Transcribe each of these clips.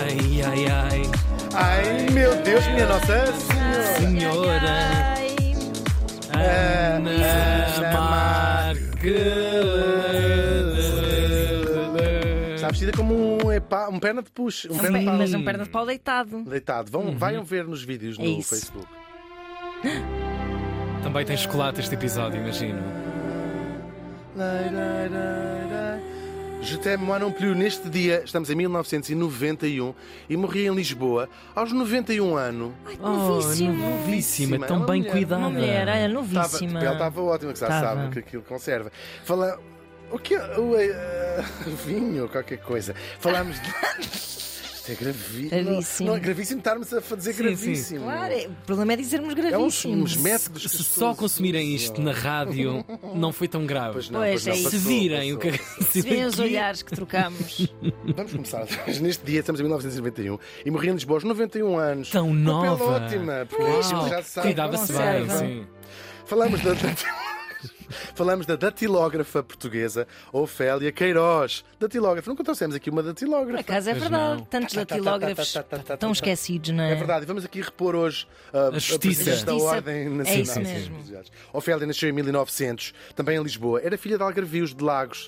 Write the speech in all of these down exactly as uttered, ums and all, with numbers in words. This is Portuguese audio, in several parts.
Ai, ai, ai. Ai, meu Deus, minha Nossa Senhora. Senhora Ana Marques. Está vestida como um, epa, um perna de push. Um Um perna pe- de pau mas um perna de pau deitado. deitado. Vão, Vão ver nos vídeos É no isso. Facebook. Também tem chocolate este episódio, imagino. Je t'aime moi non plus. Neste dia, estamos em mil novecentos e noventa e um e morri em Lisboa aos noventa e um anos. Ai, Oh, novíssimo. novíssima, Uma tão bem mulher. cuidada. Uma mulher, olha, Estava, novíssima. a pele estava ótima, que já Estava. sabem que aquilo conserva. Fala... O que é? O, eh, vinho, qualquer coisa. Falámos de... Isto é gravíssimo. Gravíssimo. Não, não é gravíssimo estarmos a dizer Sim, gravíssimo. Claro, é- o problema é dizermos É uns, gravíssimo. uns métodos que Se as só pessoas consumirem usam. isto na rádio, não foi tão grave. Pois não, Pois, pois não, é isso. Se passou, virem o que passou. Se vêem os aqui- olhares que trocamos. Vamos começar. Neste dia, estamos em mil novecentos e noventa e um e morri em Lisboa aos noventa e um anos. Tão Uma pele nova. ótima, porque Uau, isto já se sabe. cuidava-se bem, conserva. sim. Falamos da, falamos da datilógrafa portuguesa Ofélia Queiroz. Datilógrafa. Nunca trouxemos aqui uma Por datilógrafa. acaso é Pois verdade. não. Tantos Tá, tá, tá, datilógrafos tá, tá, tá, tá, tão tá. esquecidos, não é? É verdade, e vamos aqui repor hoje uh, A justiça. Presidente da A justiça. Ordem É Nacional. isso mesmo. Ofélia nasceu em mil e novecentos, também em Lisboa. Era filha de Algarvios de Lagos.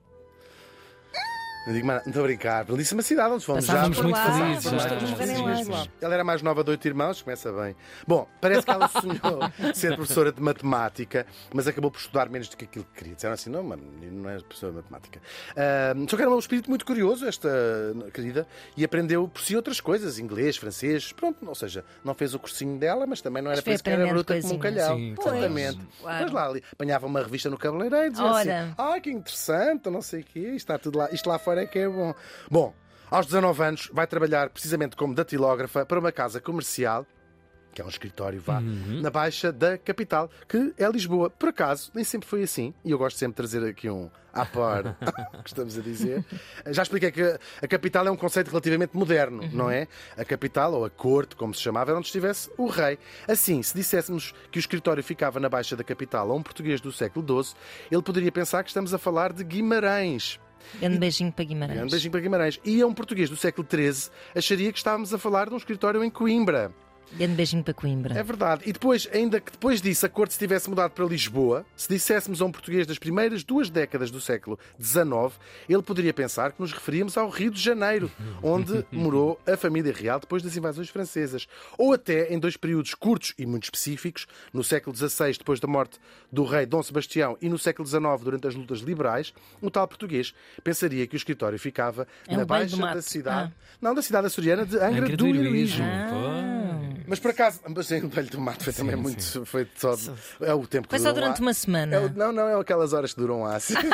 Não digo mais nada, não estou a brincar. Belíssima cidade onde fomos já. Passávamos por muito lá, felizes. fomos já. todos verem lá. Sim, sim. Ela era a mais nova de oito irmãos, começa bem. Bom, parece que ela sonhou ser professora de matemática, mas acabou por estudar menos do que aquilo que queria. Disseram assim: não, mano, não é professora de matemática. Ah, só que era um espírito muito curioso, esta querida, e aprendeu por si outras coisas, inglês, francês, pronto, ou seja, não fez o cursinho dela, mas também não era Mas foi por isso que era aprendendo bruta como um coisinhas. calhau. Sim, Exatamente. claro. Depois lá ali, apanhava uma revista no cabeleireiro e dizia Ora. assim: ah, que interessante, não sei o quê, isto está tudo lá, isto lá fora é que é bom. Bom, aos dezanove anos vai trabalhar precisamente como datilógrafa para uma casa comercial, que é um escritório, vá, na Baixa da capital, que é Lisboa. Por acaso, nem sempre foi assim, e eu gosto sempre de trazer aqui um à par, que estamos a dizer. Já expliquei que a capital é um conceito relativamente moderno, não é? A capital, ou a corte, como se chamava, era onde estivesse o rei. Assim, se disséssemos que o escritório ficava na Baixa da capital a um português do século doze, ele poderia pensar que estamos a falar de Guimarães. Grande beijinho para Guimarães. Um beijinho para Guimarães. E a um português do século treze acharia que estávamos a falar de um escritório em Coimbra. Grande beijinho para Coimbra. É verdade. E depois, ainda que depois disso a corte se tivesse mudado para Lisboa, se disséssemos a um português das primeiras duas décadas do século dezanove, ele poderia pensar que nos referíamos ao Rio de Janeiro, onde morou a família real depois das invasões francesas. Ou até em dois períodos curtos e muito específicos, no século dezasseis, depois da morte do rei Dom Sebastião, e no século dezanove, durante as lutas liberais, o tal português pensaria que o escritório ficava É na o Bairro Baixa do Mato. da cidade. Ah. Não, da cidade açoriana de Angra, Angra do Heroísmo. Pois. Mas por acaso, mas em Velho do Mato foi também Sim, muito. sim. Foi só. É o tempo que Foi só durou durante lá. uma É semana. o- não, não, é aquelas horas que duram lá. Assim.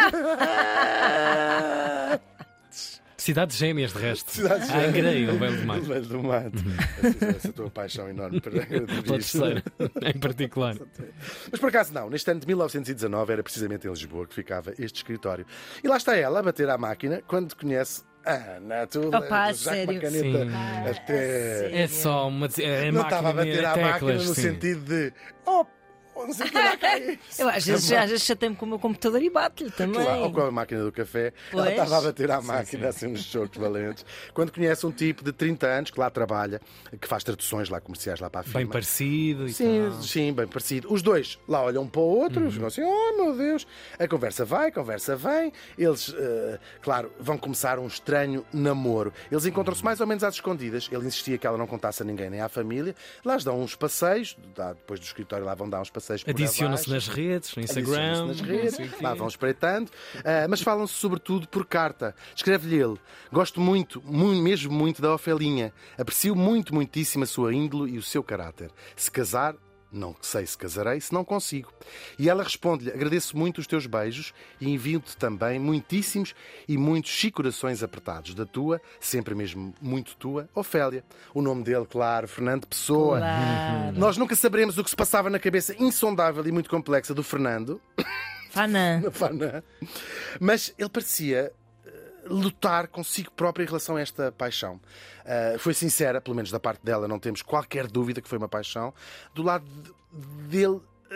Cidades gêmeas, de resto. Cidades A Angra e o Velho do Mato. Velho do Mato. Essa, essa tua paixão enorme para Angra do Pela Heroísmo. terceira, em particular. Mas por acaso não, neste ano de mil novecentos e dezanove era precisamente em Lisboa que ficava este escritório. E lá está ela a bater à máquina quando conhece a Ana. Tu Opa, já com uma sério? caneta Sim. até. É só uma. É Não máquina, estava a bater é à teclas, máquina no sim. sentido de. Oh, não sei o que lá cai. Eu às vezes, às vezes chatei-me com o meu computador e bato-lhe também. Claro, ou com a máquina do café, ela Pois. estava a bater à máquina, assim, uns chocos valentes. Quando conhece um tipo de trinta anos que lá trabalha, que faz traduções lá comerciais lá para a firma. Bem parecido e Sim, tal. sim, bem parecido. Os dois lá olham um para o outro, Uhum. ficam assim, oh meu Deus. A conversa vai, a conversa vem. Eles, eh, claro, vão começar um estranho namoro. Eles encontram-se mais ou menos às escondidas. Ele insistia que ela não contasse a ninguém, nem à família. Lá dão uns passeios, dá- depois do escritório lá vão dar uns passeios por Adiciona-se abaixo. nas redes, no Instagram. Adiciona-se nas redes, não sei o quê. lá vão espreitando, ah, mas falam-se sobretudo por carta. Escreve-lhe ele: gosto muito, muito, mesmo muito da Ofelinha. Aprecio muito, muitíssimo a sua índole e o seu caráter. Se casar, não sei se casarei, se não consigo. E ela responde-lhe: agradeço muito os teus beijos e envio-te também muitíssimos e muitos chicorações apertados. Da tua, sempre mesmo muito tua, Ofélia. O nome dele, claro, Fernando Pessoa. Claro. Nós nunca saberemos o que se passava na cabeça insondável e muito complexa do Fernando. Fana. Na Fana. Mas ele parecia eh, lutar consigo próprio em relação a esta paixão. Uh, foi sincera, pelo menos da parte dela, não temos qualquer dúvida que foi uma paixão. Do lado de- dele, uh,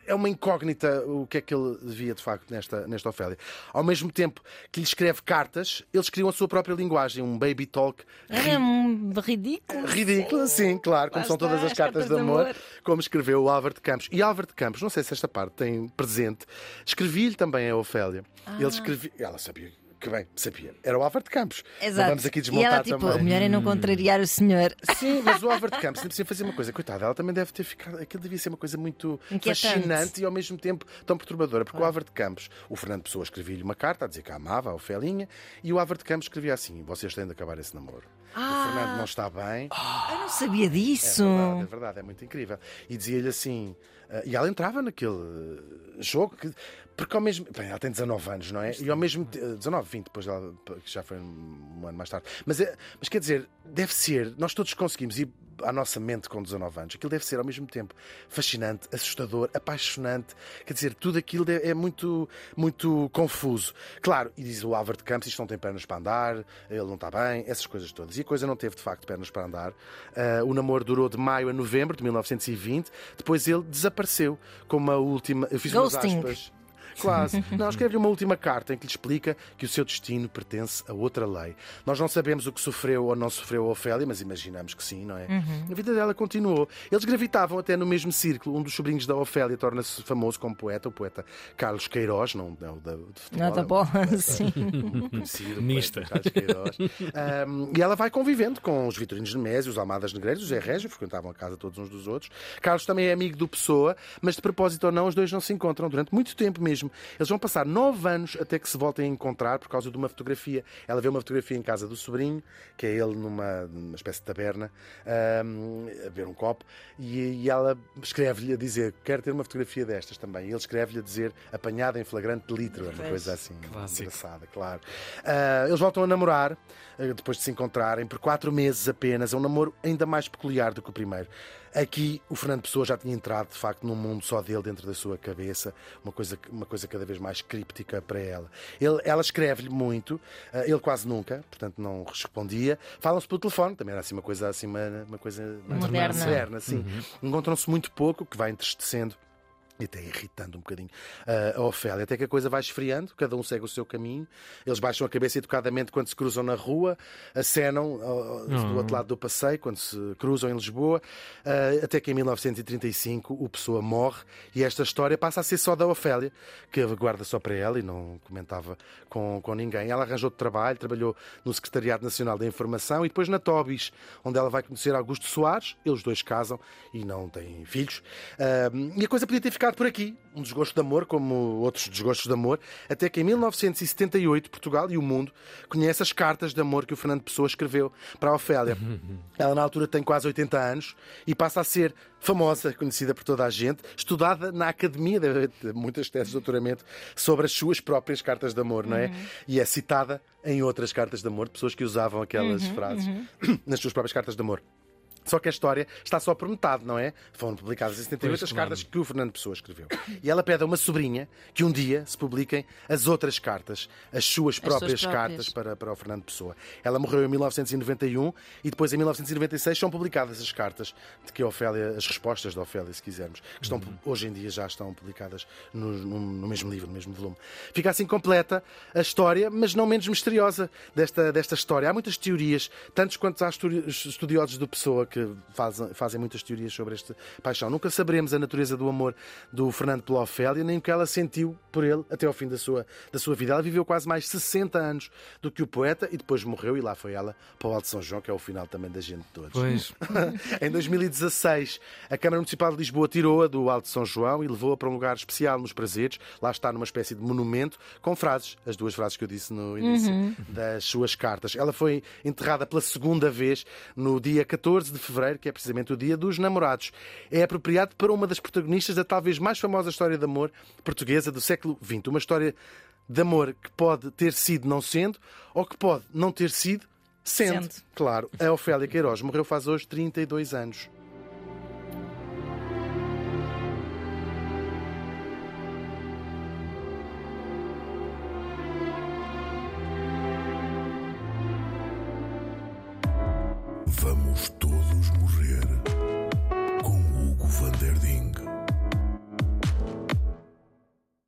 é uma incógnita o que é que ele devia de facto nesta, nesta Ofélia. Ao mesmo tempo que lhe escreve cartas, eles criam a sua própria linguagem, um baby talk É um ridículo. ridículo, sim, claro, como Lá são está, todas as as cartas, cartas de de amor, amor. como escreveu o Álvaro de Campos. E Álvaro de Campos, não sei se esta parte tem presente, escrevi-lhe também a Ofélia. Ah. Ele escrevia, ela sabia. Que bem, sabia. Era o Álvaro de Campos. Exato. Não vamos aqui E desmontar ela, tipo, também. o melhor é não contrariar o senhor. Sim, mas o Álvaro de Campos sempre precisa fazer uma coisa. Coitada, ela também deve ter ficado. Aquilo devia ser uma coisa muito Inquietante. fascinante e ao mesmo tempo tão perturbadora. Porque o Álvaro de Campos, o Fernando Pessoa escrevia-lhe uma carta a dizer que a amava, a Ofelinha, e o Álvaro de Campos escrevia assim: vocês têm de acabar esse namoro. Ah. O Fernando não está bem. Eu não sabia disso. É verdade, é verdade, é muito incrível. E dizia-lhe assim, uh, e ela entrava naquele uh, jogo, que, porque ao mesmo bem, ela tem dezanove anos, não é? E ao mesmo tempo, dezanove, vinte, depois ela, que já foi um ano mais tarde. Mas, é, mas quer dizer, deve ser, nós todos conseguimos ir à nossa mente com dezanove anos. Aquilo deve ser ao mesmo tempo fascinante, assustador, apaixonante. Quer dizer, tudo aquilo é muito, muito confuso. Claro, e diz o Álvaro de Campos, isto não tem pernas para andar, ele não está bem, essas coisas todas. E a coisa não teve, de facto, pernas para andar. Uh, o namoro durou de maio a novembro de mil novecentos e vinte. Depois ele desapareceu com uma última... Eu fiz Ghosting. umas aspas... Quase. Não, escreve-lhe uma última carta em que lhe explica que o seu destino pertence a outra lei. Nós não sabemos o que sofreu ou não sofreu a Ofélia, mas imaginamos que sim, não é? Uhum. A vida dela continuou. Eles gravitavam até no mesmo círculo. Um dos sobrinhos da Ofélia torna-se famoso como poeta, o poeta Carlos Queiroz, não, não da, de futebol, Nada é um bom, poeta sim. conhecido, Mista. poeta Carlos Queiroz. Um, e ela vai convivendo com os Vitorinos de Mésio, os Almadas Negreiros, o Zé Régio, frequentavam a casa todos uns dos outros. Carlos também é amigo do Pessoa, mas de propósito ou não, os dois não se encontram durante muito tempo mesmo. Eles vão passar nove anos até que se voltem a encontrar por causa de uma fotografia. Ela vê uma fotografia em casa do sobrinho, que é ele numa, numa espécie de taberna, um, a beber um copo, e, e ela escreve-lhe a dizer: quero ter uma fotografia destas também. E ele escreve-lhe a dizer: apanhada em flagrante delito, uma coisa assim Clássico. engraçada, claro. Uh, eles voltam a namorar, uh, depois de se encontrarem, por quatro meses apenas. É um namoro ainda mais peculiar do que o primeiro. Aqui o Fernando Pessoa já tinha entrado, de facto, num mundo só dele, dentro da sua cabeça, uma coisa, uma coisa cada vez mais críptica para ela. Ele, ela escreve-lhe muito, ele quase nunca, portanto não respondia. Falam-se pelo telefone, também era assim uma coisa, assim, uma, uma coisa mais Moderna. moderna, sim. Uhum. Encontram-se muito pouco, o que vai entristecendo e até irritando um bocadinho uh, a Ofélia, até que a coisa vai esfriando, cada um segue o seu caminho, eles baixam a cabeça educadamente quando se cruzam na rua, acenam uh, Uhum. do outro lado do passeio, quando se cruzam em Lisboa, uh, até que em mil novecentos e trinta e cinco o Pessoa morre e esta história passa a ser só da Ofélia, que guarda só para ela e não comentava com, com ninguém. Ela arranjou de trabalho, trabalhou no Secretariado Nacional da Informação e depois na Tobis, onde ela vai conhecer Augusto Soares, eles dois casam e não têm filhos, uh, e a coisa podia ter ficado por aqui, um desgosto de amor como outros desgostos de amor, até que em mil novecentos e setenta e oito Portugal e o mundo conhece as cartas de amor que o Fernando Pessoa escreveu para a Ofélia. Ela na altura tem quase oitenta anos e passa a ser famosa, conhecida por toda a gente, estudada na academia, deve haver muitas teses de doutoramento sobre as suas próprias cartas de amor, não é? Uhum. E é citada em outras cartas de amor, de pessoas que usavam aquelas uhum, frases uhum. nas suas próprias cartas de amor. Só que a história está só por metade, não é? Foram publicadas em setenta e oito as cartas que o Fernando Pessoa escreveu. E ela pede a uma sobrinha que um dia se publiquem as outras cartas, as suas próprias, suas próprias. cartas para, para o Fernando Pessoa. Ela morreu em mil novecentos e noventa e um e depois em mil novecentos e noventa e seis são publicadas as cartas de que a Ofélia, as respostas da Ofélia, se quisermos, que estão, uhum. hoje em dia já estão publicadas no, no, no mesmo livro, no mesmo volume. Fica assim completa a história, mas não menos misteriosa desta, desta história. Há muitas teorias, tantos quanto há estudiosos do Pessoa que fazem, fazem muitas teorias sobre esta paixão. Nunca saberemos a natureza do amor do Fernando pela Ofélia, nem o que ela sentiu por ele até ao fim da sua, da sua vida. Ela viveu quase mais sessenta anos do que o poeta e depois morreu, e lá foi ela para o Alto de São João, que é o final também da gente de todos. Pois. Em dois mil e dezasseis, a Câmara Municipal de Lisboa tirou-a do Alto de São João e levou-a para um lugar especial nos Prazeres. Lá está, numa espécie de monumento, com frases, as duas frases que eu disse no início, uhum. das suas cartas. Ela foi enterrada pela segunda vez no dia catorze de fevereiro, que é precisamente o dia dos namorados. É apropriado para uma das protagonistas da talvez mais famosa história de amor portuguesa do século vinte. Uma história de amor que pode ter sido não sendo, ou que pode não ter sido sendo. Sendo. Claro, a Ofélia Queiroz morreu faz hoje trinta e dois anos.